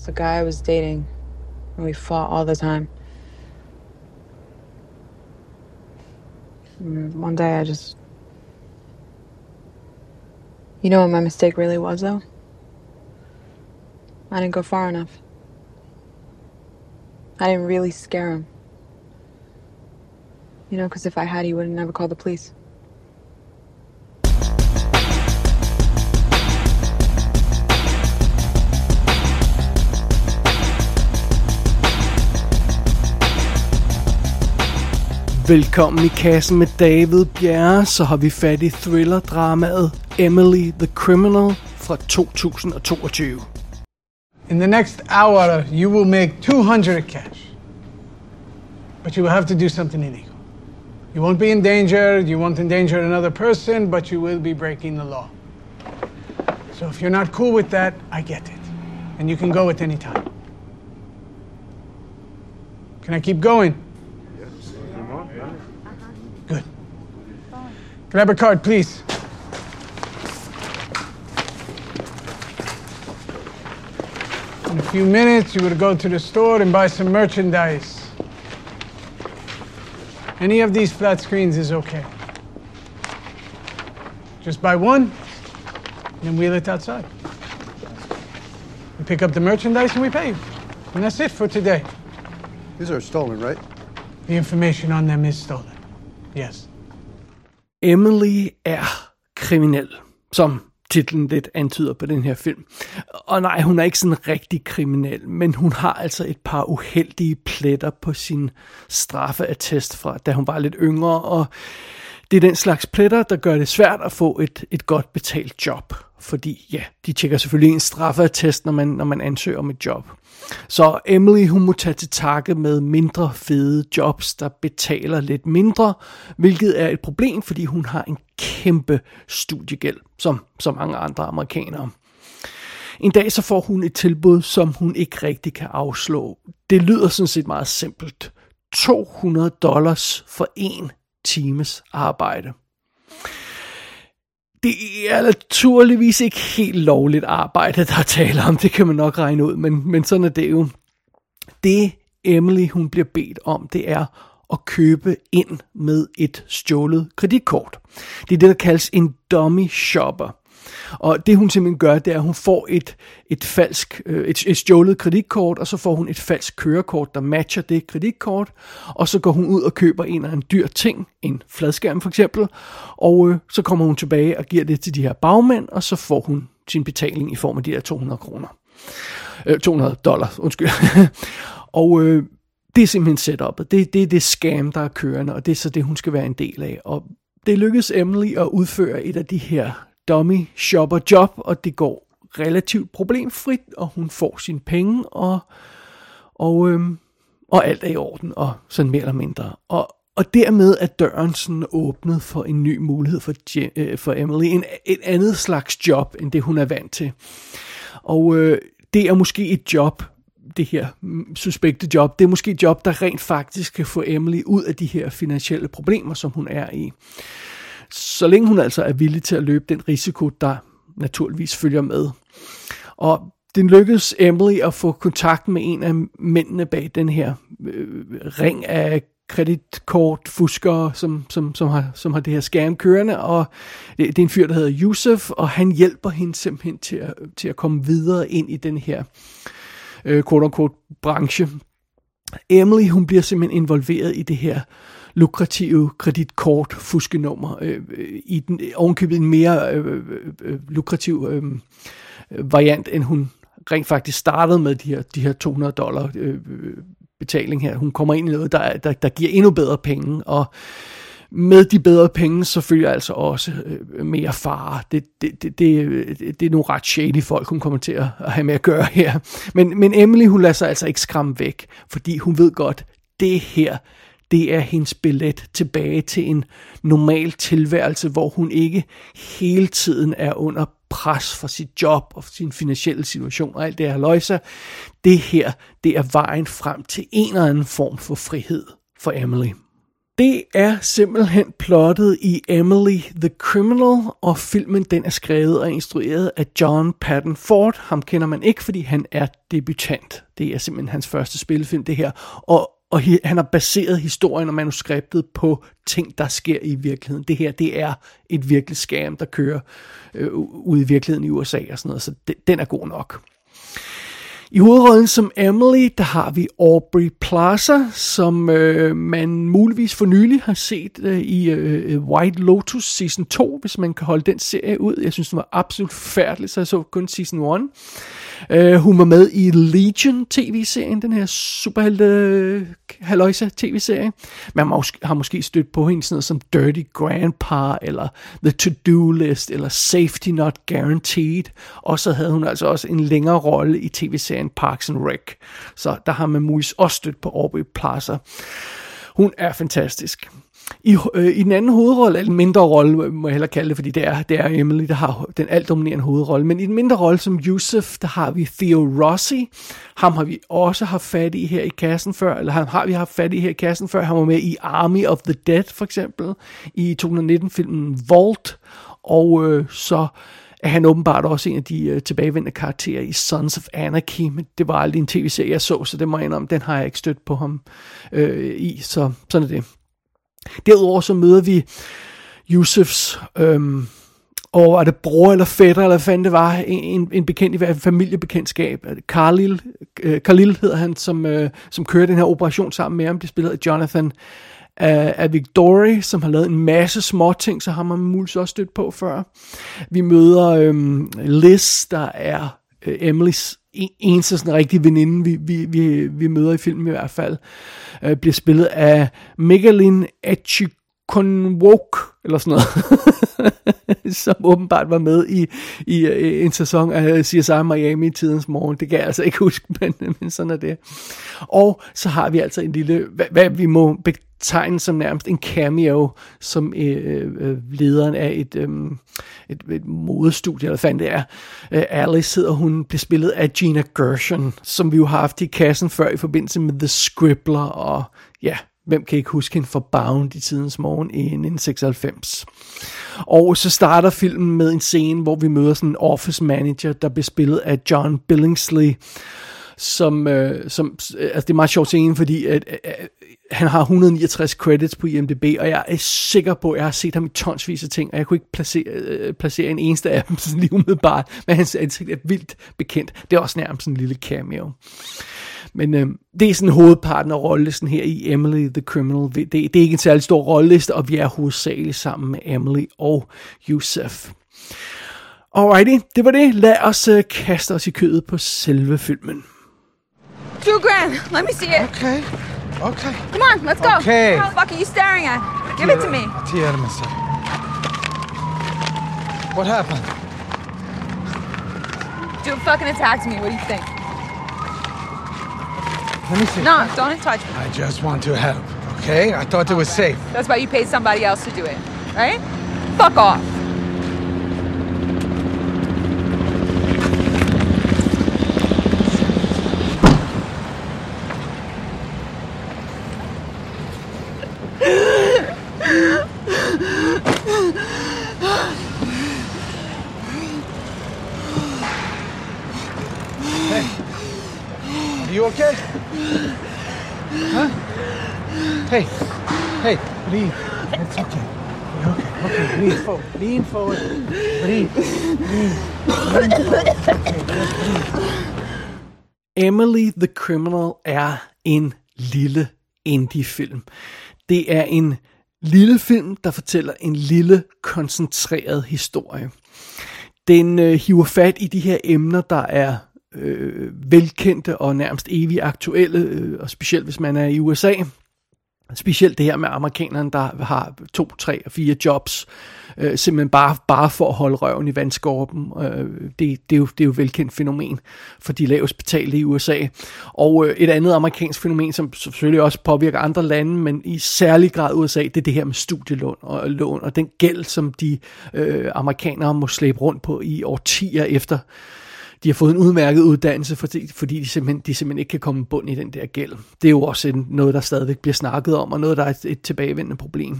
It's the guy I was dating, and we fought all the time. And one day I just... You know what my mistake really was, though? I didn't go far enough. I didn't really scare him. You know, because if I had, he would have never called the police. Velkommen i kassen med David Bjerre, så har vi fat i thriller-dramaet Emily the Criminal fra 2022. In the next hour, you will make 200 cash. But you will have to do something illegal. You won't be endangered, you won't endanger another person, but you will be breaking the law. So if you're not cool with that, I get it. And you can go at any time. Can I keep going? Good. Grab a card, please. In a few minutes, you would go to the store and buy some merchandise. Any of these flat screens is okay. Just buy one, and then wheel it outside. We pick up the merchandise and we pay you. And that's it for today. These are stolen, right? The information on them is stolen. Yes. Emily er kriminel, som titlen lidt antyder på den her film. Og nej, hun er ikke sådan rigtig kriminel, men hun har altså et par uheldige pletter på sin straffeattest fra, da hun var lidt yngre, og det er den slags pletter, der gør det svært at få et godt betalt job. Fordi ja, de tjekker selvfølgelig en straffeattest, når man ansøger om et job. Så Emily, hun må tage til takke med mindre fede jobs, der betaler lidt mindre, hvilket er et problem, fordi hun har en kæmpe studiegæld, som så mange andre amerikanere. En dag så får hun et tilbud, som hun ikke rigtig kan afslå. Det lyder sådan set meget simpelt. $200 for 1 times arbejde. Det er naturligvis ikke helt lovligt arbejde, der taler om. Det kan man nok regne ud, men sådan er det jo. Det Emily, hun bliver bedt om, det er at købe ind med et stjålet kreditkort. Det er det, der kaldes en dummy shopper. Og det hun simpelthen gør, det er, at hun får et stjålet kreditkort, og så får hun et falsk kørekort, der matcher det kreditkort, og så går hun ud og køber en eller anden dyr ting, en fladskærm for eksempel, og så kommer hun tilbage og giver det til de her bagmænd, og så får hun sin betaling i form af de her $200, undskyld. Og det er simpelthen setupet. Det er det scam, der er kørende, og det er så det, hun skal være en del af. Og det lykkedes Emily at udføre et af de her dummy shopper job, og det går relativt problemfrit, og hun får sine penge, og alt er i orden, og sådan mere eller mindre. Og dermed er døren sådan åbnet for en ny mulighed for Emily, et andet slags job, end det hun er vant til. Og det er måske et job, det her suspekte job, det er måske et job, der rent faktisk kan få Emily ud af de her finansielle problemer, som hun er i. Så længe hun altså er villig til at løbe den risiko, der naturligvis følger med. Og det lykkedes Emily at få kontakt med en af mændene bag den her ring af kreditkortfuskere, som har det her scam kørende, og det er en fyr, der hedder Yusuf, og han hjælper hende simpelthen til at komme videre ind i den her quote-unquote branche. Emily, hun bliver simpelthen involveret i det her lukrative kreditkort-fuskenummer, i den ovenkøbet en mere lukrativ variant, end hun rent faktisk startede med de her $200 betaling her. Hun kommer ind i noget, der giver endnu bedre penge, og med de bedre penge, så følger altså også mere fare. Det er nogle ret shady folk, hun kommer til at have med at gøre her. Men Emily, hun lader sig altså ikke skræmme væk, fordi hun ved godt, det her, det er hendes billet tilbage til en normal tilværelse, hvor hun ikke hele tiden er under pres for sit job og for sin finansielle situation og alt det her løjser. Det her, det er vejen frem til en eller anden form for frihed for Emily. Det er simpelthen plottet i Emily the Criminal, og filmen den er skrevet og instrueret af John Patton Ford. Ham kender man ikke, fordi han er debutant. Det er simpelthen hans første spillefilm, det her. Og han har baseret historien og manuskriptet på ting, der sker i virkeligheden. Det her, det er et virkelig scam, der kører ude i virkeligheden i USA og sådan noget, så den er god nok. I hovedrollen som Emily, der har vi Aubrey Plaza, som man muligvis for nylig har set i White Lotus Season 2, hvis man kan holde den serie ud. Jeg synes, den var absolut forfærdelig, så jeg så kun Season 1. Hun var med i Legion tv-serien, den her superhelte halløjsa tv-serie. Man har måske stødt på hende sådan noget som Dirty Grandpa, eller The To-Do List, eller Safety Not Guaranteed. Og så havde hun altså også en længere rolle i tv-serien Parks and Rec. Så der har man muligvis også stødt på Aubrey Plaza. Hun er fantastisk. I den anden hovedrolle, eller en mindre rolle, må jeg hellere kalde det, fordi det er Emily, der har den alt dominerende hovedrolle. Men i den mindre rolle som Yusuf, der har vi Theo Rossi. Ham har vi også haft fat i her i kassen før, eller ham har vi haft fat i her i kassen før. Han var med i Army of the Dead, for eksempel, i 2019-filmen Vault. Og så er han åbenbart også en af de tilbagevendende karakterer i Sons of Anarchy, men det var aldrig en tv-serie, jeg så det må jeg indrømme, den har jeg ikke stødt på ham i, så sådan er det. Derudover så møder vi Yusufs, og er det bror eller fætter, eller hvad fanden det var, en bekendt i hvert fald familiebekendtskab. Khalil hedder han, som kører den her operation sammen med ham. Det spiller Jonathan Avigdori, som har lavet en masse små ting, så har man muligvis også stødt på før. Vi møder Liz, der er Emilys eneste sådan rigtig veninde, vi møder i filmen i hvert fald, bliver spillet af Megalyn Echikunwoke, eller sådan noget, som åbenbart var med i en sæson af CSI Miami i tidens morgen. Det kan jeg altså ikke huske, men sådan er det. Og så har vi altså en lille, hvad vi må betegne som nærmest en cameo, som lederen af et modestudie, eller hvad det er. Alice hedder hun, bliver spillet af Gina Gershon, som vi jo har haft i kassen før i forbindelse med The Scribbler, og ja, hvem kan ikke huske hende for Bound i tidens morgen i 1996. Og så starter filmen med en scene, hvor vi møder sådan en office manager, der bliver spillet af John Billingsley, som altså det er meget sjovt scene, fordi at han har 169 credits på IMDb, og jeg er sikker på, at jeg har set ham i tonsvis af ting, og jeg kunne ikke placere en eneste af dem sådan lige umiddelbart, men hans ansigt er vildt bekendt. Det er også nærmest sådan en lille cameo. Men det er sådan hovedparten af rollelisten her i Emily the Criminal. Det er ikke en særlig stor rolleliste, og vi er hovedsageligt sammen med Emily og Yusuf. Alrighty, det var det. Lad os kaste os i kødet på selve filmen. $2,000. Let me see it. Okay. Come on, let's go. Okay. What the fuck are you staring at? Give it to me. What happened? Dude fucking attacked me. What do you think? Let me see. No, don't touch me. I just want to help, okay? I thought it was safe. That's why you paid somebody else to do it, right? Fuck off. Are you okay? Huh? Hey, breathe. It's okay. You're okay. Okay, lean forward. Breathe. Okay, just breathe. Emily the Criminal er en lille indie-film. Det er en lille film, der fortæller en lille, koncentreret historie. Den hiver fat i de her emner, der er velkendte og nærmest evigt aktuelle, og specielt hvis man er i USA. Specielt det her med amerikanerne, der har 2, 3 og 4 jobs, simpelthen bare for at holde røven i vandskorpen. Det er jo et velkendt fænomen for de lavest betalte i USA. Og et andet amerikansk fænomen, som selvfølgelig også påvirker andre lande, men i særlig grad USA, det er det her med studielån og den gæld, som de amerikanere må slæbe rundt på i årtier efter de har fået en udmærket uddannelse, fordi de simpelthen ikke kan komme bund i den der gæld. Det er jo også noget, der stadigvæk bliver snakket om, og noget, der er et tilbagevendende problem.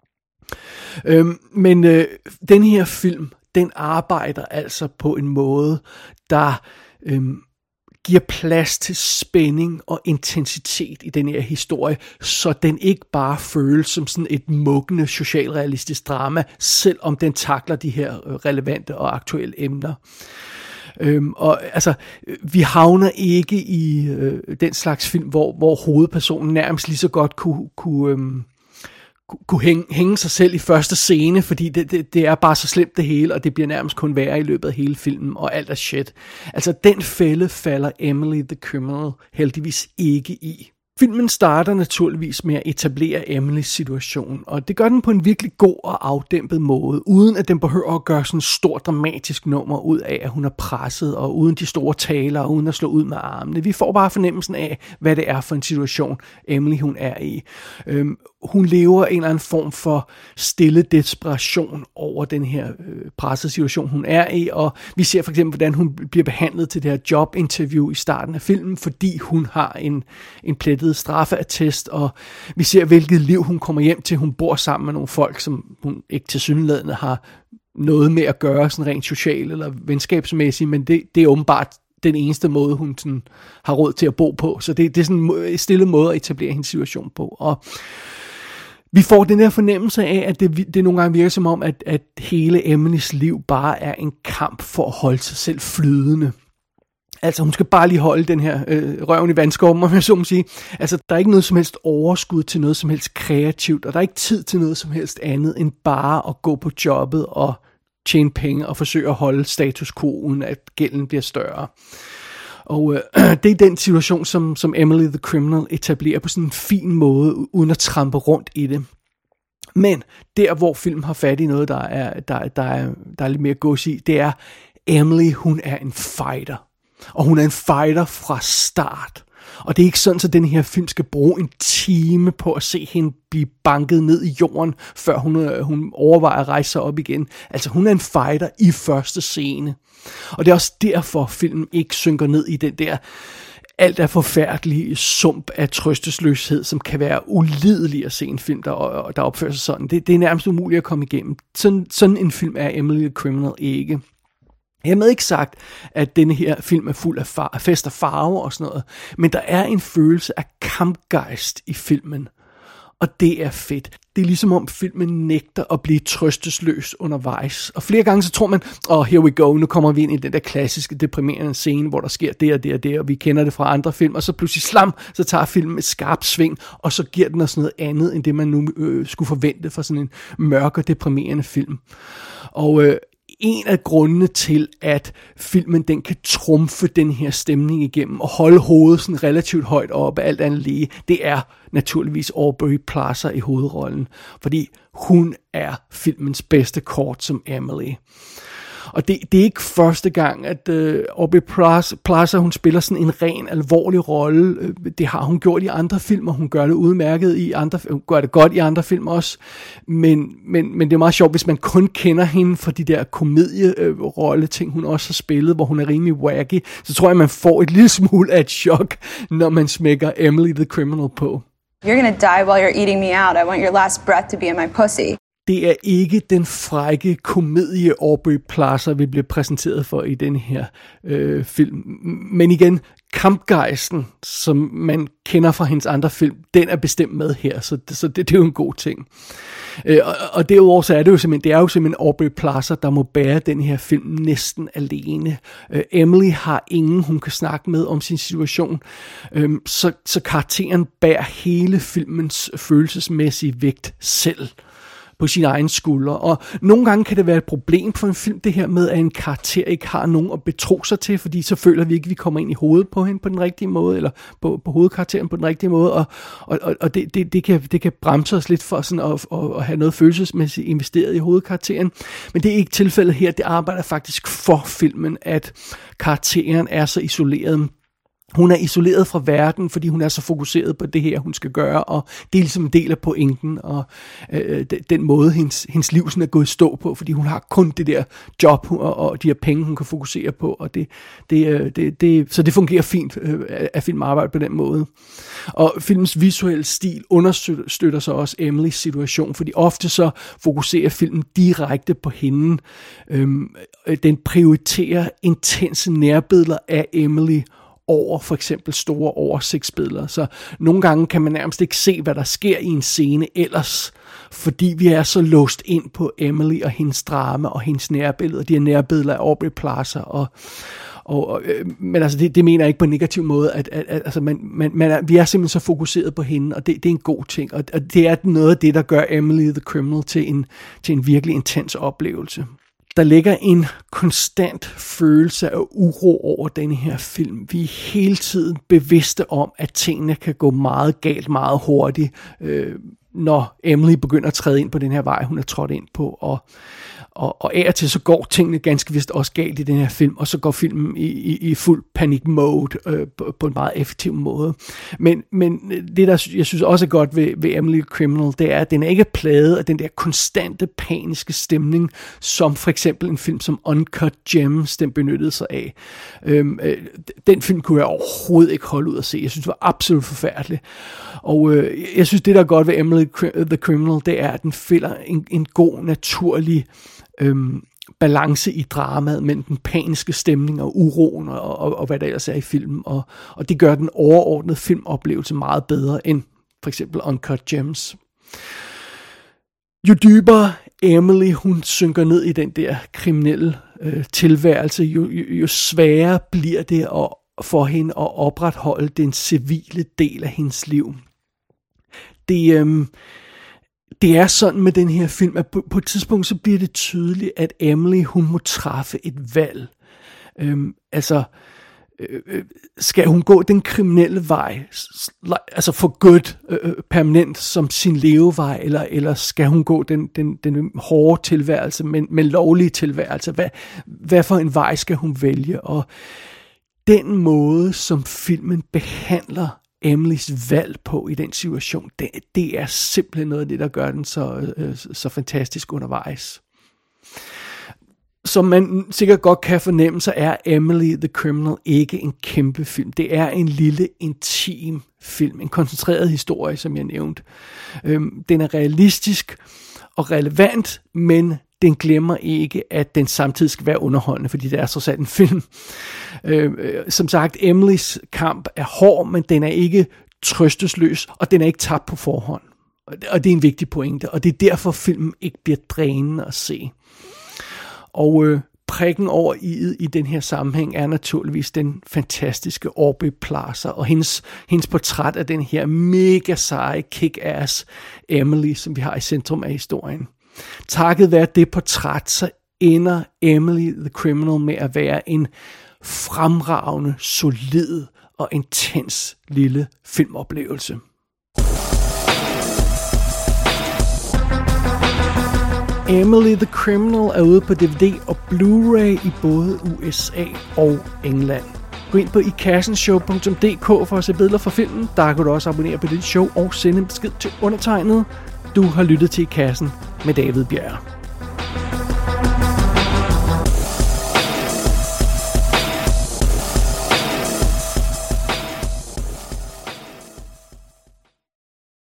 Men den her film, den arbejder altså på en måde, der giver plads til spænding og intensitet i den her historie, så den ikke bare føles som sådan et muggende socialrealistisk drama, selvom den takler de her relevante og aktuelle emner. Og altså, vi havner ikke i den slags film, hvor hovedpersonen nærmest lige så godt kunne hænge sig selv i første scene, fordi det er bare så slemt det hele, og det bliver nærmest kun værre i løbet af hele filmen, og alt er shit. Altså, den fælde falder Emily the Criminal heldigvis ikke i. Filmen starter naturligvis med at etablere Emilys situation, og det gør den på en virkelig god og afdæmpet måde, uden at den behøver at gøre sådan en stor dramatisk nummer ud af, at hun er presset, og uden de store taler, og uden at slå ud med armene. Vi får bare fornemmelsen af, hvad det er for en situation, Emily hun er i. Hun lever en eller anden form for stille desperation over den her pressede situation, hun er i, og vi ser for eksempel, hvordan hun bliver behandlet til det her jobinterview i starten af filmen, fordi hun har en plettet straffeattest, og vi ser, hvilket liv hun kommer hjem til. Hun bor sammen med nogle folk, som hun ikke tilsyneladende har noget med at gøre, sådan rent socialt eller venskabsmæssigt, men det er åbenbart den eneste måde, hun sådan har råd til at bo på. Så det er sådan en stille måde at etablere hendes situation på. Og vi får den her fornemmelse af, at det nogle gange virker som om, at hele Emilys liv bare er en kamp for at holde sig selv flydende. Altså, hun skal bare lige holde den her røven i vandskorben, om jeg så må sige. Altså, der er ikke noget som helst overskud til noget som helst kreativt, og der er ikke tid til noget som helst andet, end bare at gå på jobbet og tjene penge og forsøge at holde status quo, uden at gælden bliver større. Og det er den situation, som Emily the Criminal etablerer på sådan en fin måde, uden at trampe rundt i det. Men der, hvor filmen har fat i noget, der er lidt mere gods i, det er, Emily, hun er en fighter. Og hun er en fighter fra start. Og det er ikke sådan, at den her film skal bruge en time på at se hende blive banket ned i jorden, før hun overvejer at rejse sig op igen. Altså, hun er en fighter i første scene. Og det er også derfor, filmen ikke synker ned i den der alt er forfærdelige sump af trøstesløshed, som kan være ulidelig at se en film, der opfører sig sådan. Det er nærmest umuligt at komme igennem. Sådan en film er Emily the Criminal ikke. Jeg har ikke sagt, at denne her film er fuld af fest og farver og sådan noget, men der er en følelse af kampgejst i filmen, og det er fedt. Det er ligesom om filmen nægter at blive trøstesløs undervejs, og flere gange så tror man, here we go, nu kommer vi ind i den der klassiske deprimerende scene, hvor der sker det og det og det, og vi kender det fra andre film, og så pludselig så tager filmen et skarpt sving, og så giver den os noget andet, end det man nu skulle forvente for sådan en mørk og deprimerende film. Og en af grundene til, at filmen den kan trumfe den her stemning igennem og holde hovedet sådan relativt højt oppe, alt andet lige, det er naturligvis Aubrey Plaza i hovedrollen, fordi hun er filmens bedste kort som Emily. Og det er ikke første gang, at Aubrey Plaza, hun spiller sådan en ren, alvorlig rolle. Det har hun gjort i andre film, og hun gør det udmærket i andre, hun gør det godt i andre film også. Men det er meget sjovt, hvis man kun kender hende for de der komedierolle ting, hun også har spillet, hvor hun er rimelig wacky, så tror jeg, man får et lille smule af et chok, når man smækker Emily the Criminal på. You're gonna die while you're eating me out. I want your last breath to be in my pussy. Det er ikke den frække komedie Aubrey Plaza, vi bliver præsenteret for i den her film. Men igen, kampgejsten, som man kender fra hendes andre film, den er bestemt med her, så det er jo en god ting. Og derudover så er det jo simpelthen Aubrey Plaza, der må bære den her film næsten alene. Emily har ingen, hun kan snakke med om sin situation, så karakteren bærer hele filmens følelsesmæssige vægt selv på sine egne skuldre. Og nogle gange kan det være et problem for en film, det her med, at en karakter ikke har nogen at betro sig til, fordi så føler vi ikke, at vi kommer ind i hovedet på hende på den rigtige måde, eller på hovedkarakteren på den rigtige måde, og det kan bremse os lidt for sådan at have noget følelsesmæssigt investeret i hovedkarakteren. Men det er ikke tilfældet her. Det arbejder faktisk for filmen, at karakteren er så isoleret, hun er isoleret fra verden, fordi hun er så fokuseret på det her, hun skal gøre, og det er ligesom en del af pointen, og den måde, hendes liv sådan er gået i stå på, fordi hun har kun det der job, og de her penge, hun kan fokusere på, og så det fungerer fint, at film arbejder på den måde. Og filmens visuelle stil understøtter så også Emilys situation, fordi ofte så fokuserer filmen direkte på hende. Den prioriterer intense nærbilleder af Emily, over for eksempel store oversigtsbilleder. Så nogle gange kan man nærmest ikke se, hvad der sker i en scene ellers, fordi vi er så låst ind på Emily og hendes drama og hendes nærbilleder. De her nærbilleder af Aubrey Plaza. Men altså, det mener jeg ikke på en negativ måde, at altså vi er simpelthen så fokuseret på hende, og det er en god ting. Og det er noget af det, der gør Emily the Criminal til en virkelig intens oplevelse. Der ligger en konstant følelse af uro over denne her film. Vi er hele tiden bevidste om, at tingene kan gå meget galt, meget hurtigt, når Emily begynder at træde ind på den her vej, hun er trådt ind på. Og af og til så går tingene ganske vist også galt i den her film, og så går filmen i fuld panic mode på en meget effektiv måde. Men det, der jeg synes også er godt ved Emily the Criminal, det er, at den er ikke plaget af den der konstante paniske stemning, som for eksempel en film som Uncut Gems, den benyttede sig af. Den film kunne jeg overhovedet ikke holde ud at se. Jeg synes, det var absolut forfærdeligt. Og jeg synes, det der er godt ved Emily the Criminal, det er, at den finder en god, naturlig balance i dramaet mellem den paniske stemning og uroen og hvad der ellers er i filmen, og det gør den overordnede filmoplevelse meget bedre end for eksempel Uncut Gems. Jo dybere Emily hun synker ned i den der kriminelle tilværelse, jo sværere bliver det for hende at opretholde den civile del af hendes liv. Det er sådan med den her film, at på et tidspunkt så bliver det tydeligt, at Emily hun må træffe et valg. Skal hun gå den kriminelle vej, altså for godt permanent som sin levevej, eller skal hun gå den hårde tilværelse, men lovlige tilværelse? Hvad for en vej skal hun vælge? Og den måde, som filmen behandler Emilys valg på i den situation, det er simpelthen noget af det, der gør den så fantastisk undervejs. Som man sikkert godt kan fornemme, så er Emily the Criminal ikke en kæmpe film. Det er en lille, intim film. En koncentreret historie, som jeg nævnte. Den er realistisk og relevant, men den glemmer ikke, at den samtidig skal være underholdende, fordi det er så sat en film. Som sagt, Emilys kamp er hård, men den er ikke trøstesløs, og den er ikke tabt på forhånd. Og det er en vigtig pointe, og det er derfor, filmen ikke bliver drænende at se. Og prikken over i'et i den her sammenhæng er naturligvis den fantastiske Aubrey Plaza, og hendes portræt af den her mega seje, kick-ass Emily, som vi har i centrum af historien. Takket være det portræt, så ender Emily the Criminal med at være en fremragende, solid og intens lille filmoplevelse. Emily the Criminal er ude på DVD og Blu-ray i både USA og England. Gå ind på ikassenshow.dk for at se billeder fra filmen. Der kan du også abonnere på dette show og sende en besked til undertegnet. Du har lyttet til I Kassen med David Bjerre.